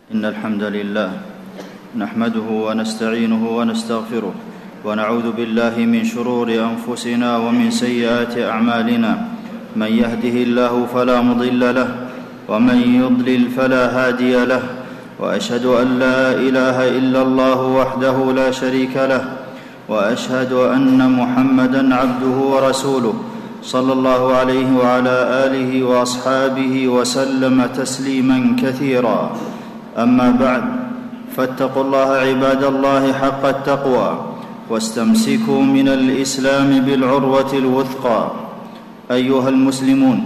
إن الحمد لله نحمده ونستعينه ونستغفره ونعوذ بالله من شرور أنفسنا ومن سيئات أعمالنا. من يهده الله فلا مضل له ومن يضلل فلا هادي له، وأشهد أن لا إله إلا الله وحده لا شريك له، وأشهد أن محمدًا عبده ورسوله صلى الله عليه وعلى آله وأصحابه وسلم تسليمًا كثيرًا. أما بعد، فاتقوا الله عباد الله حق التقوى، واستمسكوا من الإسلام بالعروة الوثقى. أيها المسلمون،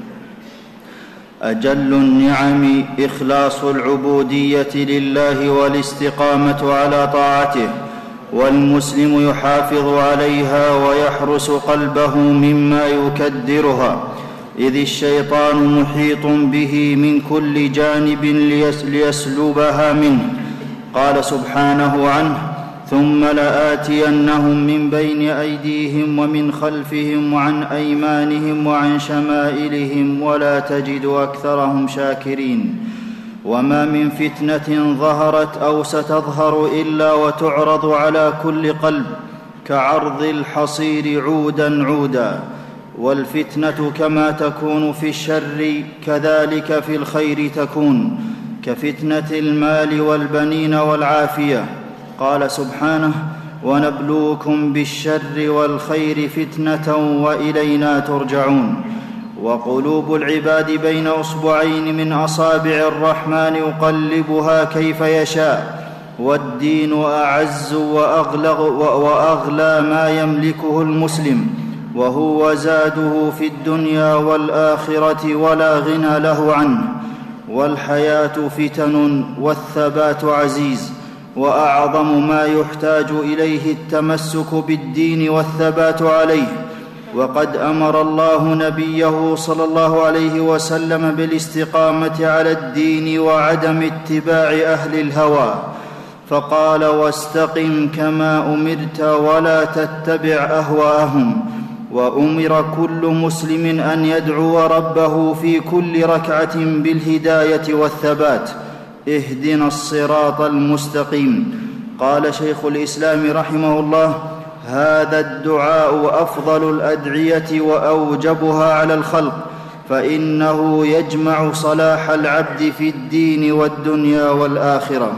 أجل النعم إخلاص العبودية لله والاستقامة على طاعته، والمسلم يحافظ عليها ويحرس قلبه مما يكدرها، إذ الشيطان محيط به من كل جانب ليسلبها منه. قال سبحانه عنه: ثم لآتينهم من بين أيديهم ومن خلفهم وعن أيمانهم وعن شمائلهم ولا تجد أكثرهم شاكرين. وما من فتنة ظهرت أو ستظهر إلا وتعرض على كل قلب كعرض الحصير عوداً عوداً. والفتنة كما تكون في الشر كذلك في الخير تكون، كفتنة المال والبنين والعافية. قال سبحانه: ونبلوكم بالشر والخير فتنة وإلينا ترجعون. وقلوب العباد بين أصبعين من أصابع الرحمن يقلبها كيف يشاء، والدين أعز وأغلى ما يملكه المسلم، وهو زاده في الدنيا والآخرة ولا غنى له عنه. والحياة فتن والثبات عزيز، وأعظم ما يحتاج إليه التمسك بالدين والثبات عليه. وقد أمر الله نبيه صلى الله عليه وسلم بالاستقامة على الدين وعدم اتباع أهل الهوى، فقال: واستقم كما أمرت ولا تتبع أهواءهم. وأمر كل مسلم أن يدعو ربه في كل ركعة بالهداية والثبات: اهدنا الصراط المستقيم. قال شيخ الإسلام رحمه الله: هذا الدعاء أفضل الأدعية وأوجبها على الخلق، فإنه يجمع صلاح العبد في الدين والدنيا والآخرة.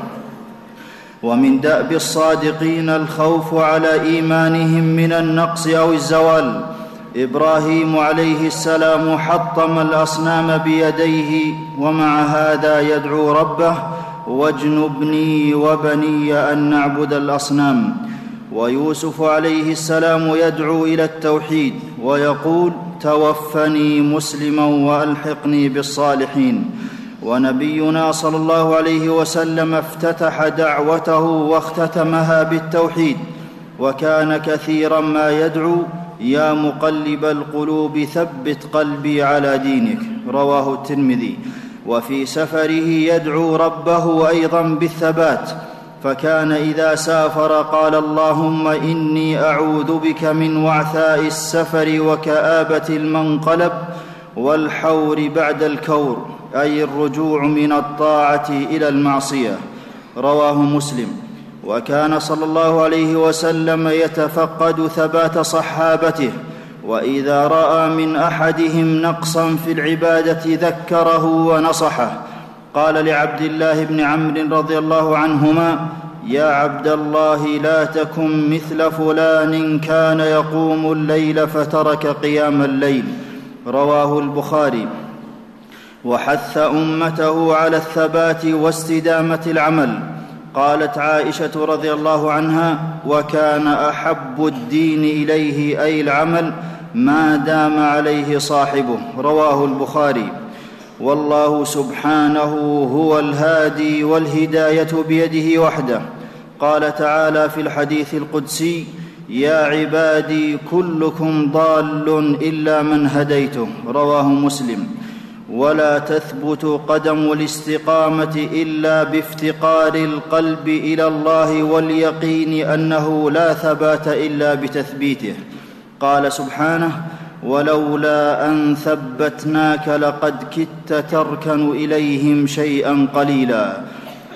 ومن دأب الصادقين الخوف على إيمانهم من النقص أو الزوال. إبراهيم عليه السلام حطم الأصنام بيديه، ومع هذا يدعو ربه: واجنبني وبني أن نعبد الأصنام. ويوسف عليه السلام يدعو إلى التوحيد ويقول: توفني مسلما وألحقني بالصالحين. ونبينا صلى الله عليه وسلم افتتح دعوته واختتمها بالتوحيد، وكان كثيرا ما يدعو: يا مقلب القلوب ثبت قلبي على دينك. رواه الترمذي. وفي سفره يدعو ربه أيضا بالثبات، فكان إذا سافر قال: اللهم إني أعوذ بك من وعثاء السفر وكآبة المنقلب والحور بعد الكور، أي الرجوع من الطاعة إلى المعصية. رواه مسلم. وكان صلى الله عليه وسلم يتفقد ثبات صحابته، وإذا رأى من أحدهم نقصا في العبادة ذكره ونصحه. قال لعبد الله بن عمرو رضي الله عنهما: يا عبد الله، لا تكن مثل فلان كان يقوم الليل فترك قيام الليل. رواه البخاري. وحث أمته على الثبات واستدامة العمل. قالت عائشة رضي الله عنها: وكان أحب الدين إليه أي العمل ما دام عليه صاحبه. رواه البخاري. والله سبحانه هو الهادي، والهداية بيده وحده. قال تعالى في الحديث القدسي: يا عبادي كلكم ضال إلا من هديته. رواه مسلم. ولا تثبت قدم الاستقامة إلا بافتقار القلب إلى الله واليقين أنه لا ثبات إلا بتثبيته. قال سبحانه: ولولا أن ثبتناك لقد كدت تركن إليهم شيئا قليلا.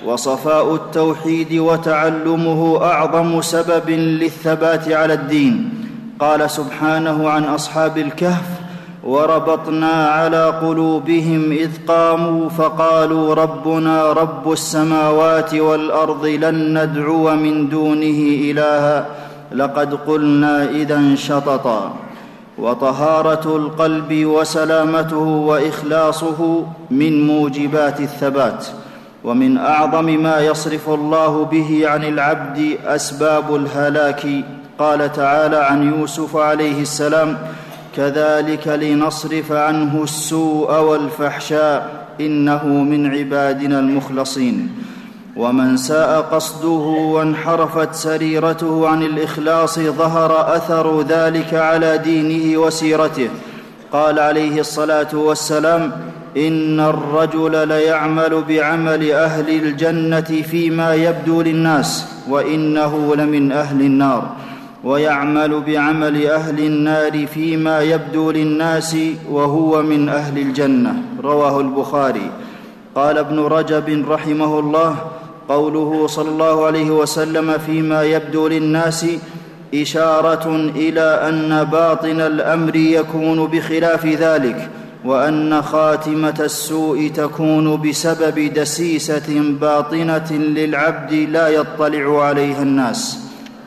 وصفاء التوحيد وتعلمه أعظم سبب للثبات على الدين. قال سبحانه عن أصحاب الكهف: وربطنا على قلوبهم إذ قاموا فقالوا ربنا رب السماوات والأرض لن ندعو من دونه إلها لقد قلنا إذا شططا. وطهارة القلب وسلامته وإخلاصه من موجبات الثبات. ومن أعظم ما يصرف الله به عن العبد أسباب الهلاك. قال تعالى عن يوسف عليه السلام: كذلك لنصرف عنه السوء والفحشاء إنه من عبادنا المخلصين. ومن ساء قصده وانحرفت سريرته عن الإخلاص ظهر أثر ذلك على دينه وسيرته. قال عليه الصلاة والسلام: إن الرجل ليعمل بعمل أهل الجنة فيما يبدو للناس وإنه لمن أهل النار، ويعمل بعمل أهل النار فيما يبدو للناس وهو من أهل الجنة. رواه البخاري. قال ابن رجب رحمه الله: قوله صلى الله عليه وسلم فيما يبدو للناس إشارة إلى أن باطن الأمر يكون بخلاف ذلك، وأن خاتمة السوء تكون بسبب دسيسة باطنة للعبد لا يطلع عليها الناس.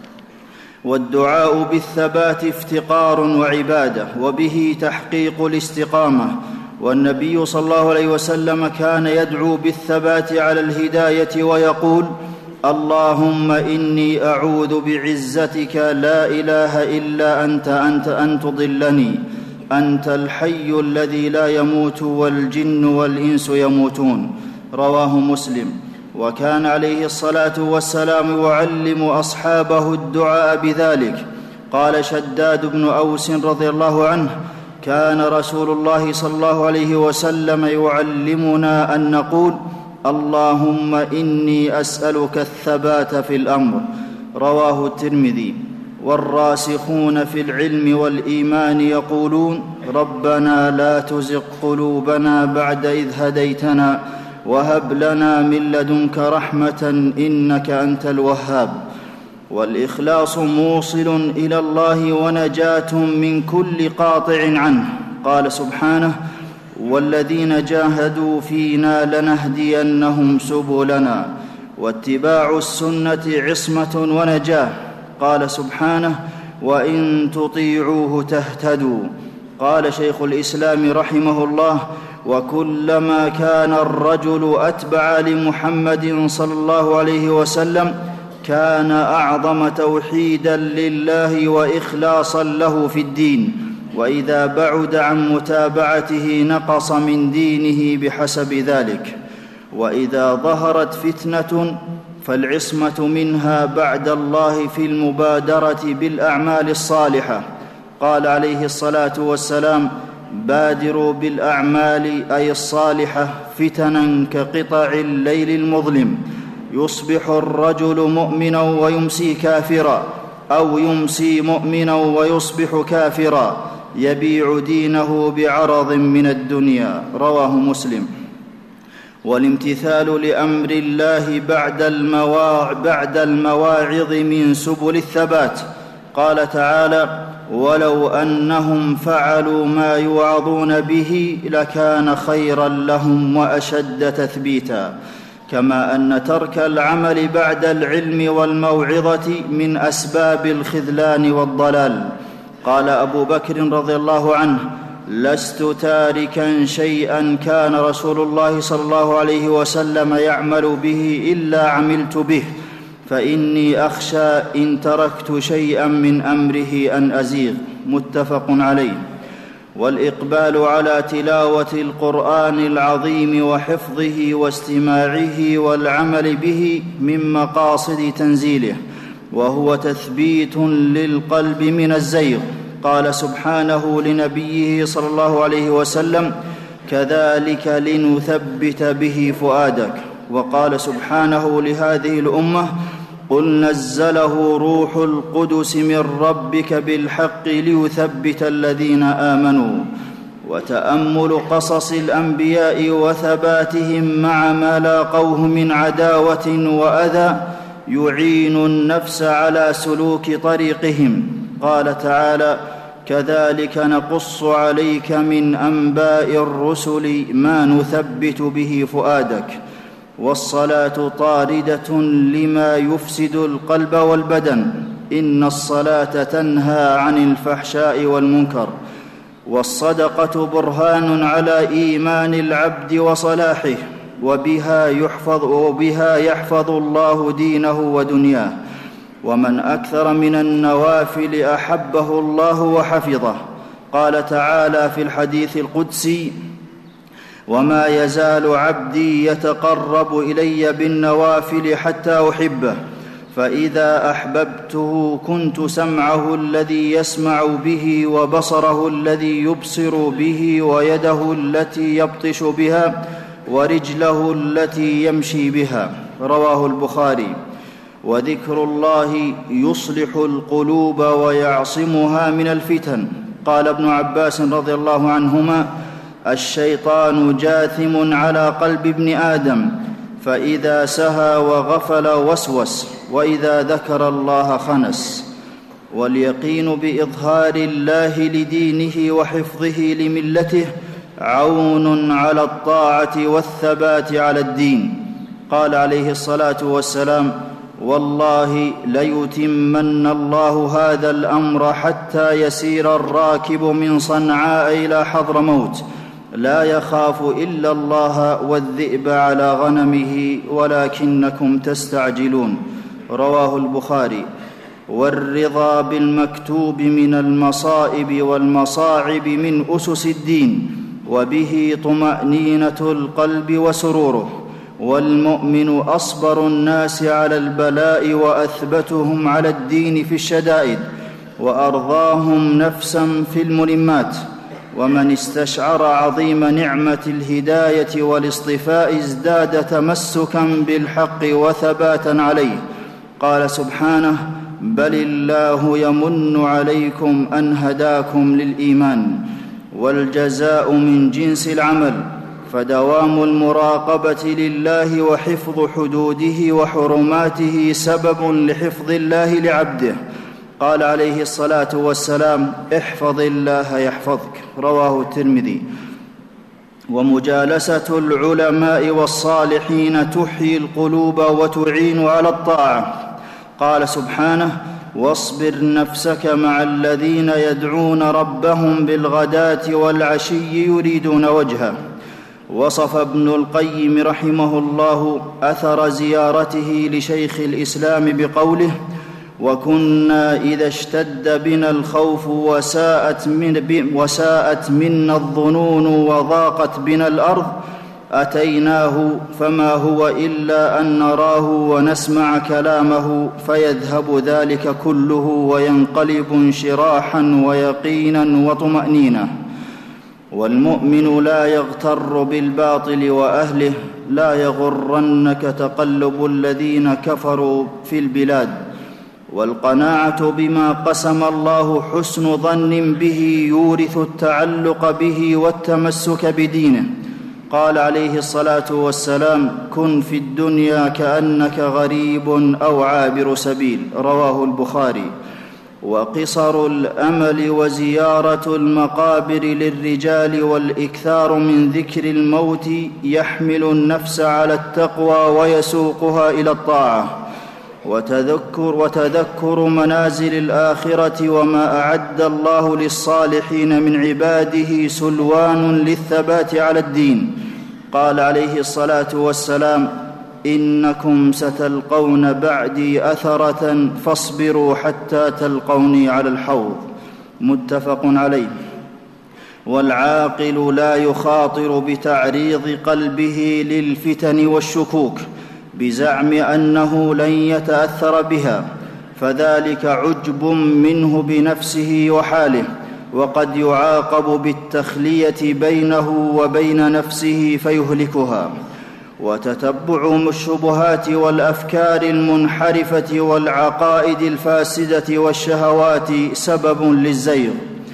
والدعاء بالثبات افتقار وعبادة، وبه تحقيق الاستقامة. والنبي صلى الله عليه وسلم كان يدعو بالثبات على الهداية ويقول: اللهم إني أعوذ بعزتك لا إله إلا أنت أن تضلني، أنت الحي الذي لا يموت والجن والإنس يموتون. رواه مسلم. وكان عليه الصلاة والسلام يعلم أصحابه الدعاء بذلك. قال شداد بن أوس رضي الله عنه: كان رسول الله صلى الله عليه وسلم يعلمنا أن نقول: اللهم إني أسألك الثبات في الأمر. رواه الترمذي. والراسخون في العلم والإيمان يقولون: ربنا لا تزغ قلوبنا بعد إذ هديتنا وهب لنا من لدنك رحمة إنك أنت الوهاب. والإخلاص موصل إلى الله ونجاة من كل قاطع عنه. قال سبحانه: والذين جاهدوا فينا لنهدينهم سبلنا. واتباع السنة عصمة ونجاة. قال سبحانه: وإن تطيعوه تهتدوا. قال شيخ الإسلام رحمه الله: وكلما كان الرجل أتبع لمحمد صلى الله عليه وسلم كان أعظم توحيدا لله وإخلاصا له في الدين، وإذا بعد عن متابعته نقص من دينه بحسب ذلك. وإذا ظهرت فتنة فالعصمة منها بعد الله في المبادرة بالأعمال الصالحة. قال عليه الصلاة والسلام: بادروا بالأعمال أي الصالحة فتنا كقطع الليل المظلم، يصبح الرجل مؤمنا ويمسي كافرا، أو يمسي مؤمنا ويصبح كافرا، يبيع دينه بعرض من الدنيا. رواه مسلم. والامتثال لأمر الله بعد المواعظ من سبل الثبات. قال تعالى: ولو أنهم فعلوا ما يوعظون به لكان خيرا لهم وأشد تثبيتا. كما أن ترك العمل بعد العلم والموعظة من أسباب الخذلان والضلال. قال أبو بكر رضي الله عنه: لست تاركا شيئا كان رسول الله صلى الله عليه وسلم يعمل به إلا عملت به، فإني أخشى إن تركت شيئا من أمره أن أزيغ. متفق عليه. والإقبال على تلاوة القرآن العظيم وحفظه واستماعه والعمل به من مقاصد تنزيله، وهو تثبيت للقلب من الزيغ. قال سبحانه لنبيه صلى الله عليه وسلم: كذلك لنثبت به فؤادك. وقال سبحانه لهذه الأمة: قل نزله روح القدس من ربك بالحق ليثبت الذين آمنوا. وتأمل قصص الأنبياء وثباتهم مع ما لاقوه من عداوة وأذى يعين النفس على سلوك طريقهم. قال تعالى: كذلك نقص عليك من أنباء الرسل ما نثبت به فؤادك. والصلاة طاردة لما يفسد القلب والبدن، إن الصلاة تنهى عن الفحشاء والمنكر. والصدقة برهان على إيمان العبد وصلاحه، وبها يحفظ الله دينه ودنياه. ومن أكثر من النوافل أحبه الله وحفظه. قال تعالى في الحديث القدسي: وما يزال عبدي يتقرب إلي بالنوافل حتى أحبه، فإذا أحببته كنت سمعه الذي يسمع به، وبصره الذي يبصر به، ويده التي يبطش بها، ورجله التي يمشي بها. رواه البخاري. وذكر الله يصلح القلوب ويعصمها من الفتن. قال ابن عباس رضي الله عنهما: الشيطان جاثم على قلب ابن آدم، فإذا سهى وغفل وسوس، وإذا ذكر الله خنس. واليقين بإظهار الله لدينه وحفظه لملته عون على الطاعة والثبات على الدين. قال عليه الصلاة والسلام: والله ليتمن الله هذا الأمر حتى يسير الراكب من صنعاء إلى حضرموت لا يخاف إلا الله والذئب على غنمه ولكنكم تستعجلون. رواه البخاري. والرضا بالمكتوب من المصائب والمصاعب من أسس الدين، وبه طمأنينة القلب وسروره. والمؤمن أصبر الناس على البلاء وأثبتهم على الدين في الشدائد، وأرضاهم نفسا في الملمات. ومن استشعر عظيم نعمة الهداية والاصطفاء ازداد تمسكا بالحق وثباتا عليه. قال سبحانه: بل الله يمن عليكم أن هداكم للإيمان. والجزاء من جنس العمل، فدوام المراقبة لله وحفظ حدوده وحرماته سبب لحفظ الله لعبده. قال عليه الصلاة والسلام: احفظ الله يحفظك. رواه الترمذي. ومجالسة العلماء والصالحين تحيي القلوب وتعين على الطاعة. قال سبحانه: واصبر نفسك مع الذين يدعون ربهم بالغداة والعشي يريدون وجهه. وصف ابن القيم رحمه الله أثر زيارته لشيخ الإسلام بقوله: وكنا إذا اشتد بنا الخوف وساءت منا الظنون وضاقت بنا الأرض أتيناه، فما هو إلا أن نراه ونسمع كلامه فيذهب ذلك كله وينقلب انشراحا ويقينا وطمأنينة. والمؤمن لا يغتر بالباطل وأهله، لا يغرنك تقلب الذين كفروا في البلاد. والقناعة بما قسم الله حسن ظن به يورث التعلق به والتمسك بدينه. قال عليه الصلاة والسلام: كن في الدنيا كأنك غريب أو عابر سبيل. رواه البخاري. وقصر الأمل وزيارة المقابر للرجال والإكثار من ذكر الموت يحمل النفس على التقوى ويسوقها إلى الطاعة. وتذكر منازل الآخرة وما أعد الله للصالحين من عباده سلوان للثبات على الدين. قال عليه الصلاة والسلام: إنكم ستلقون بعدي أثرة فاصبروا حتى تلقوني على الحوض. متفق عليه. والعاقل لا يخاطر بتعريض قلبه للفتن والشكوك بزعم أنه لن يتأثر بها، فذلك عجب منه بنفسه وحاله، وقد يعاقب بالتخلية بينه وبين نفسه فيهلكها. وتتبع الشبهات والأفكار المنحرفة والعقائد الفاسدة والشهوات سبب للزيغ.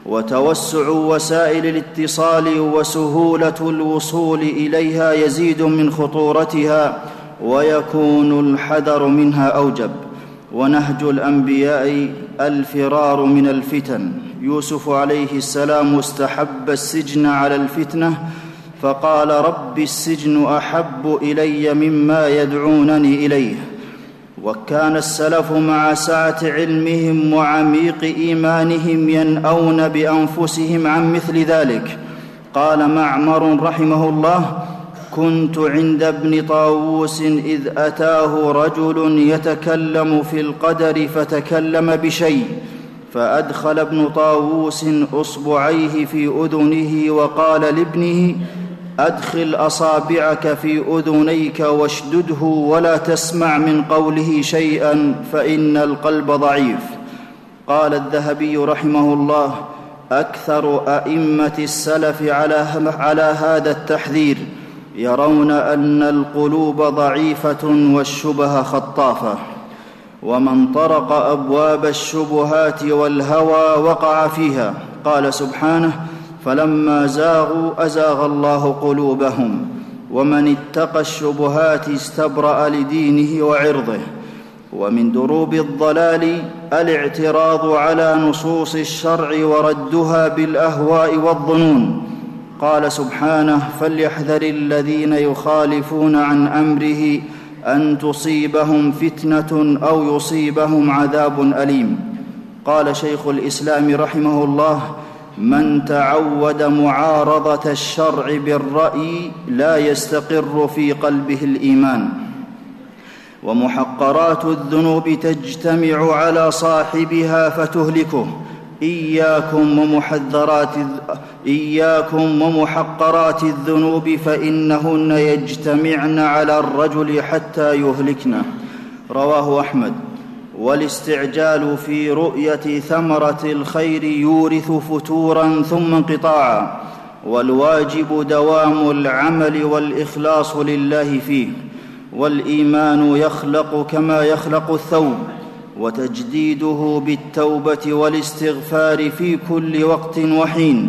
وتوسع وسائل الاتصال وسهولة الوصول إليها يزيد من خطورتها ويكون الحذر منها أوجب. ونهج الأنبياء الفرار من الفتن. يوسف عليه السلام استحب السجن على الفتنة فقال رب السجن أحب إلي مما يدعونني إليه. وكان السلف مع سعة علمهم وعميق إيمانهم ينأون بأنفسهم عن مثل ذلك. قال معمر رحمه الله: كنت عند ابن طاووس إذ أتاه رجل يتكلم في القدر فتكلم بشيء، فأدخل ابن طاووس أصبعيه في أذنه وقال لابنه: أدخل أصابعك في أذنيك واشدده ولا تسمع من قوله شيئا فإن القلب ضعيف. قال الذهبي رحمه الله: أكثر أئمة السلف على هذا التحذير، يرون أن القلوب ضعيفة والشبه خطافة، ومن طرق أبواب الشبهات والهوى وقع فيها. قال سبحانه: فلما زاغوا أزاغ الله قلوبهم، ومن اتقى الشبهات استبرأ لدينه وعرضه. ومن دروب الضلال الاعتراض على نصوص الشرع وردها بالأهواء والظنون. قال سبحانه: فليحذر الذين يخالفون عن أمره أن تصيبهم فتنة أو يصيبهم عذاب أليم. قال شيخ الإسلام رحمه الله: من تعود معارضة الشرع بالرأي لا يستقر في قلبه الإيمان. ومحقرات الذنوب تجتمع على صاحبها فتهلكه. إياكم ومحقرات الذنوب فإنهن يجتمعن على الرجل حتى يهلكنه. رواه أحمد. والاستعجال في رؤية ثمرة الخير يورث فتورا ثم انقطاعا، والواجب دوام العمل والإخلاص لله فيه. والإيمان يخلق كما يخلق الثوب، وتجديده بالتوبة والاستغفار في كل وقت وحين،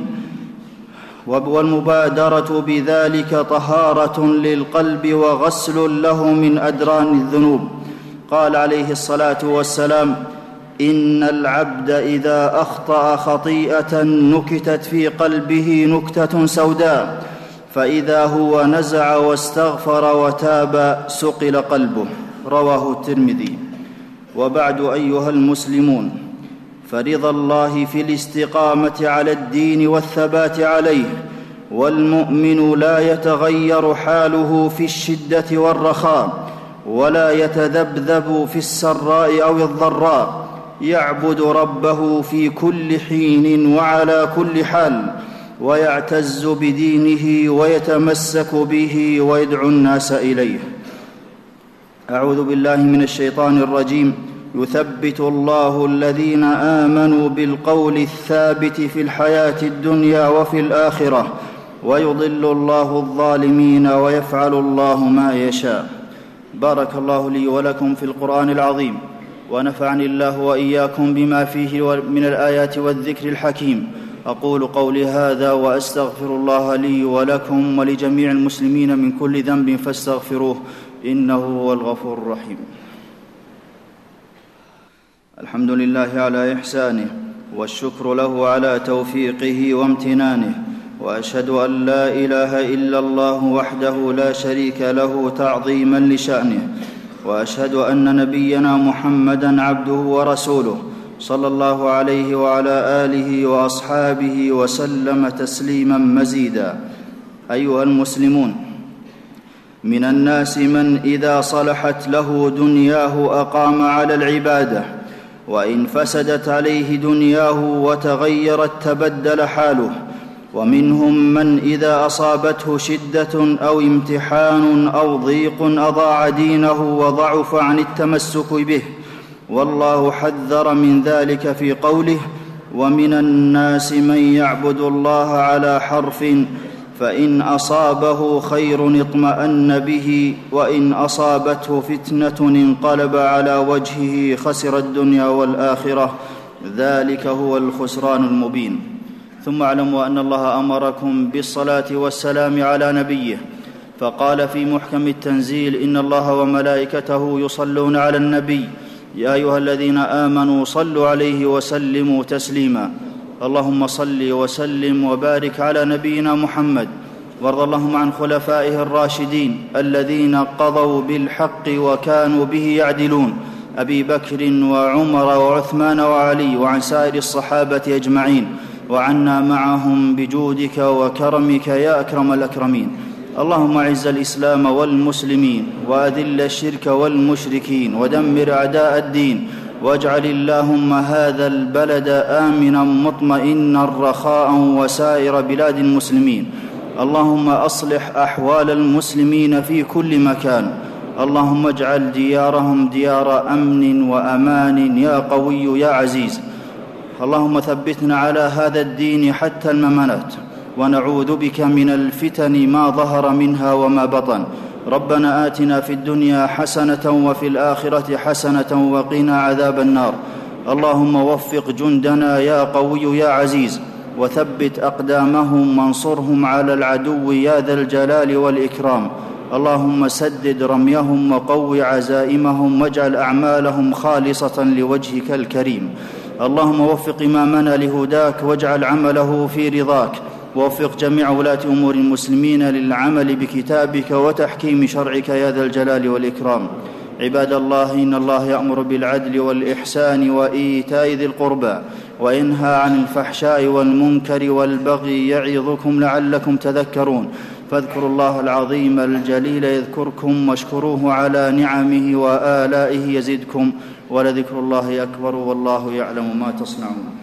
والمبادرة بذلك طهارة للقلب وغسل له من أدران الذنوب. قال عليه الصلاة والسلام: إن العبد إذا أخطأ خطيئة نكتت في قلبه نكتة سوداء، فإذا هو نزع واستغفر وتاب سقل قلبه. رواه الترمذي. وبعد، أيها المسلمون، فرضا الله في الاستقامة على الدين والثبات عليه، والمؤمن لا يتغير حاله في الشدة والرخاء، ولا يتذبذب في السراء أو الضراء، يعبد ربه في كل حين وعلى كل حال، ويعتز بدينه ويتمسك به ويدعو الناس إليه. أعوذ بالله من الشيطان الرجيم. يثبت الله الذين آمنوا بالقول الثابت في الحياة الدنيا وفي الآخرة، ويضل الله الظالمين ويفعل الله ما يشاء. بارك الله لي ولكم في القرآن العظيم، ونفعني الله وإياكم بما فيه من الآيات والذكر الحكيم. أقول قولي هذا وأستغفر الله لي ولكم ولجميع المسلمين من كل ذنب فاستغفروه، إنه هو الغفور الرحيم. الحمد لله على إحسانه، والشكر له على توفيقه وامتنانه، وأشهد أن لا إله إلا الله وحده لا شريك له تعظيما لشأنه، وأشهد أن نبينا محمدًا عبده ورسوله صلى الله عليه وعلى آله وأصحابه وسلم تسليما مزيدا. أيها المسلمون، من الناس من إذا صلحت له دنياه أقام على العبادة، وإن فسدت عليه دنياه وتغيرت تبدل حاله. ومنهم من إذا أصابته شدة أو امتحان أو ضيق أضاع دينه وضعف عن التمسك به، والله حذر من ذلك في قوله: ومن الناس من يعبد الله على حرف، فإن أصابه خير اطمأن به، وإن أصابته فتنة انقلب على وجهه خسر الدنيا والآخرة، ذلك هو الخسران المبين. ثم اعلموا أن الله أمركم بالصلاة والسلام على نبيه، فقال في محكم التنزيل: إن الله وملائكته يصلون على النبي يا أيها الذين آمنوا صلوا عليه وسلموا تسليما. اللهم صل وسلم وبارك على نبينا محمد، وارض اللهم عن خلفائه الراشدين الذين قضوا بالحق وكانوا به يعدلون، أبي بكر وعمر وعثمان وعلي، وعن سائر الصحابة أجمعين، وعنا معهم بجودك وكرمك يا أكرم الأكرمين. اللهم أعز الإسلام والمسلمين، وأذل الشرك والمشركين، ودمر أعداء الدين، واجعل اللهم هذا البلد آمنا مطمئنا رخاء وسائر بلاد المسلمين. اللهم أصلح أحوال المسلمين في كل مكان. اللهم اجعل ديارهم ديار أمن وأمان يا قوي يا عزيز. اللهم ثبتنا على هذا الدين حتى الممات، ونعوذ بك من الفتن ما ظهر منها وما بطن. ربنا آتنا في الدنيا حسنة وفي الآخرة حسنة وقنا عذاب النار. اللهم وفق جندنا يا قوي يا عزيز، وثبت أقدامهم وانصرهم على العدو يا ذا الجلال والإكرام. اللهم سدد رميهم وقو عزائمهم، واجعل أعمالهم خالصة لوجهك الكريم. اللهم وفق إمامنا لهداك، واجعل عمله في رضاك، ووفق جميع ولاة أمور المسلمين للعمل بكتابك وتحكيم شرعك يا ذا الجلال والإكرام. عباد الله، إن الله يأمر بالعدل والإحسان وإيتاء ذي القربى، وينهى عن الفحشاء والمنكر والبغي، يعظكم لعلكم تذكرون. فاذكروا الله العظيم الجليل يذكركم، واشكروه على نعمه وآلائه يزدكم، ولذكر الله أكبر، والله يعلم ما تصنعون.